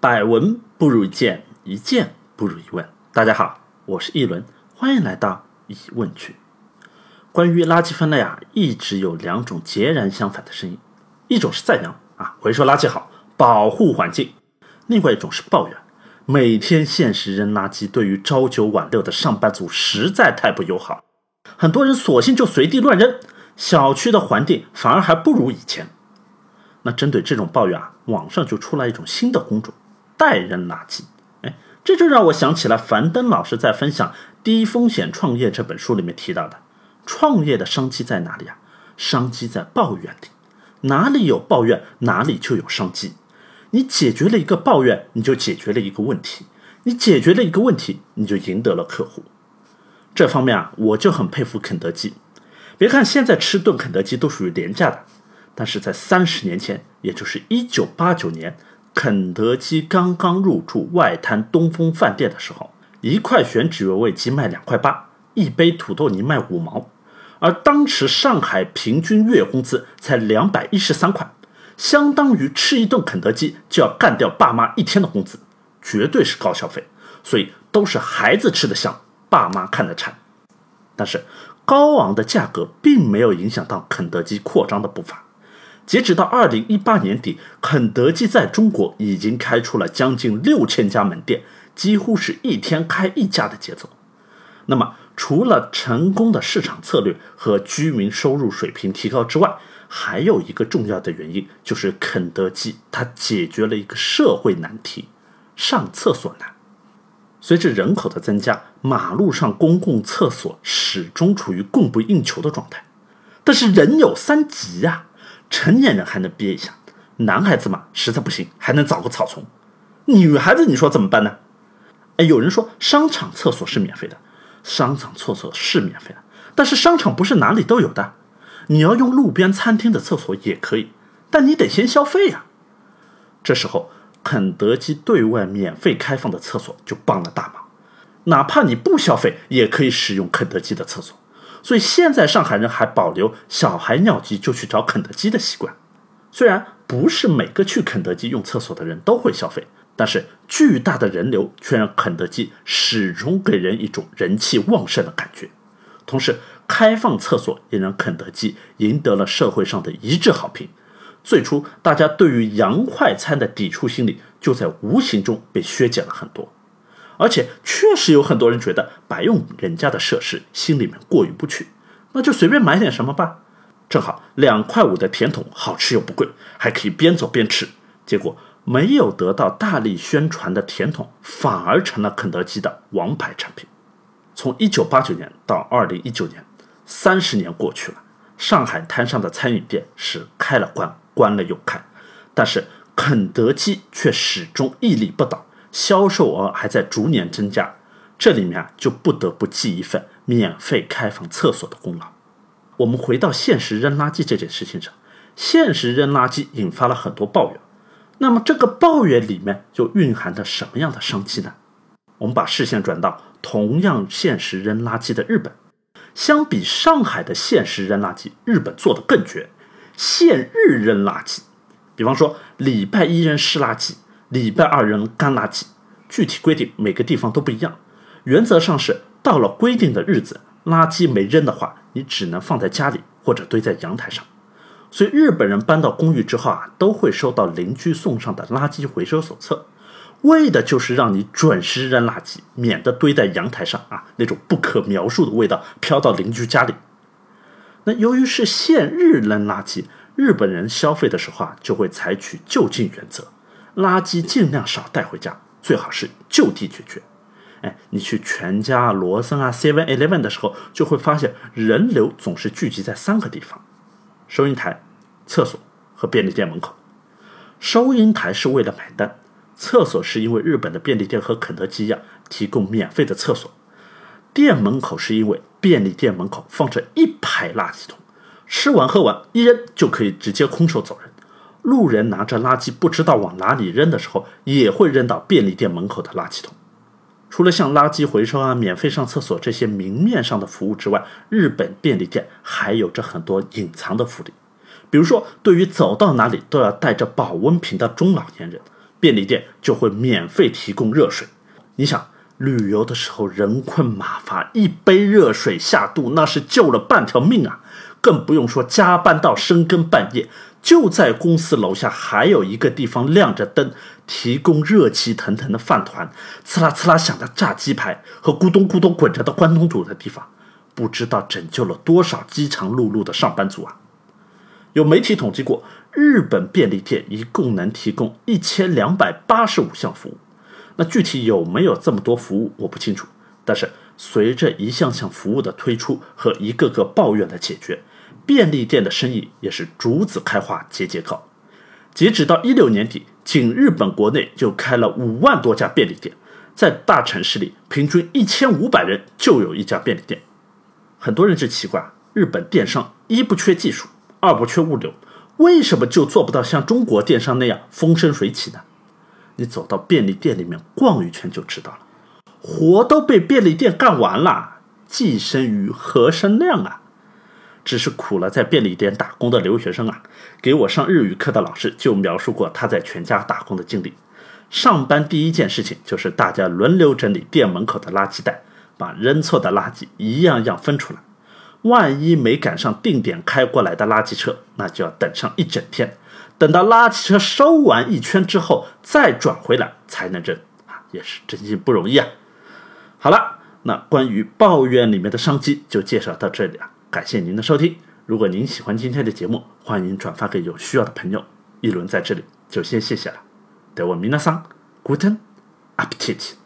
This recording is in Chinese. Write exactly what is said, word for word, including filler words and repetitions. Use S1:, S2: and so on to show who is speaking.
S1: 百闻不如一见，一见不如一问。大家好，我是一轮，欢迎来到疑问区。关于垃圾分类啊，一直有两种截然相反的声音，一种是赞扬啊，回收垃圾好，保护环境；另外一种是抱怨，每天限时扔垃圾对于朝九晚六的上班族实在太不友好，很多人索性就随地乱扔，小区的环境反而还不如以前。那针对这种抱怨啊，网上就出来一种新的工种，代扔垃圾。哎，这就让我想起了樊登老师在分享《低风险创业》这本书里面提到的，创业的商机在哪里啊？商机在抱怨里，哪里有抱怨，哪里就有商机。你解决了一个抱怨，你就解决了一个问题；你解决了一个问题，你就赢得了客户。这方面啊，我就很佩服肯德基。别看现在吃顿肯德基都属于廉价的，但是在三十年前，也就是一九八九年，肯德基刚刚入驻外滩东风饭店的时候，一块选址原味鸡卖两块八，一杯土豆泥卖五毛，而当时上海平均月工资才两百一十三块，相当于吃一顿肯德基就要干掉爸妈一天的工资，绝对是高消费，所以都是孩子吃得香，爸妈看得馋。但是高昂的价格并没有影响到肯德基扩张的步伐。截止到二零一八年底，肯德基在中国已经开出了将近六千家门店，几乎是一天开一家的节奏。那么除了成功的市场策略和居民收入水平提高之外，还有一个重要的原因，就是肯德基它解决了一个社会难题，上厕所难。随着人口的增加，马路上公共厕所始终处于供不应求的状态。但是人有三急啊，成年人还能憋一下，男孩子嘛实在不行还能找个草丛，女孩子你说怎么办呢？哎，有人说商场厕所是免费的，商场厕所是免费的，但是商场不是哪里都有的，你要用路边餐厅的厕所也可以，但你得先消费啊。这时候肯德基对外免费开放的厕所就帮了大忙，哪怕你不消费也可以使用肯德基的厕所。所以现在上海人还保留小孩尿急就去找肯德基的习惯。虽然不是每个去肯德基用厕所的人都会消费，但是巨大的人流却让肯德基始终给人一种人气旺盛的感觉。同时开放厕所也让肯德基赢得了社会上的一致好评。最初大家对于洋快餐的抵触心理就在无形中被削减了很多。而且确实有很多人觉得白用人家的设施心里面过意不去，那就随便买点什么吧。正好两块五的甜筒好吃又不贵，还可以边走边吃。结果没有得到大力宣传的甜筒反而成了肯德基的王牌产品。从一九八九年到二零一九年，三十年过去了，上海滩上的餐饮店是开了关，关了又开，但是肯德基却始终屹立不倒，销售额还在逐年增加。这里面啊，就不得不记一份免费开放厕所的功劳。我们回到限时扔垃圾这件事情上，限时扔垃圾引发了很多抱怨，那么这个抱怨里面就蕴含着什么样的商机呢？我们把视线转到同样限时扔垃圾的日本，相比上海的限时扔垃圾，日本做得更绝，限日扔垃圾。比方说礼拜一扔湿垃圾，礼拜二扔干垃圾，具体规定每个地方都不一样。原则上是到了规定的日子，垃圾没扔的话，你只能放在家里或者堆在阳台上。所以日本人搬到公寓之后啊，都会收到邻居送上的垃圾回收手册，为的就是让你准时扔垃圾，免得堆在阳台上啊，那种不可描述的味道飘到邻居家里。那由于是限日扔垃圾，日本人消费的时候啊，就会采取就近原则，垃圾尽量少带回家，最好是就地解决。哎，你去全家、罗森啊、seven eleven 的时候，就会发现人流总是聚集在三个地方：收银台、厕所和便利店门口。收银台是为了买单，厕所是因为日本的便利店和肯德基一样提供免费的厕所，店门口是因为便利店门口放着一排垃圾桶，吃完喝完一扔就可以直接空手走人。路人拿着垃圾不知道往哪里扔的时候，也会扔到便利店门口的垃圾桶。除了像垃圾回收啊、免费上厕所这些明面上的服务之外，日本便利店还有着很多隐藏的福利。比如说对于走到哪里都要带着保温瓶的中老年人， 便利店就会免费提供热水。你想，旅游的时候人困马乏，一杯热水下肚那是救了半条命啊！更不用说加班到深更半夜，就在公司楼下还有一个地方亮着灯，提供热气腾腾的饭团，刺啦刺啦响的炸鸡排和咕咚咕咚滚着的关东煮的地方，不知道拯救了多少饥肠辘辘的上班族啊！有媒体统计过，日本便利店一共能提供一千两百八十五项服务。那具体有没有这么多服务我不清楚，但是随着一项项服务的推出和一个个抱怨的解决，便利店的生意也是逐子开花，节节高。截止到一六年底，仅日本国内就开了五万多家便利店，在大城市里平均一千五百人就有一家便利店。很多人就奇怪，日本电商一不缺技术，二不缺物流，为什么就做不到像中国电商那样风生水起呢？你走到便利店里面逛一圈就知道了，活都被便利店干完了，既生瑜何生亮啊！只是苦了在便利店打工的留学生啊，给我上日语课的老师就描述过他在全家打工的经历。上班第一件事情就是大家轮流整理店门口的垃圾袋，把扔错的垃圾一样样分出来。万一没赶上定点开过来的垃圾车，那就要等上一整天，等到垃圾车收完一圈之后再转回来才能扔啊，也是真心不容易啊。好了，那关于抱怨里面的商机就介绍到这里了，感谢您的收听。如果您喜欢今天的节目，欢迎转发给有需要的朋友。一轮在这里就先谢谢了。では皆さん、guten Appetit。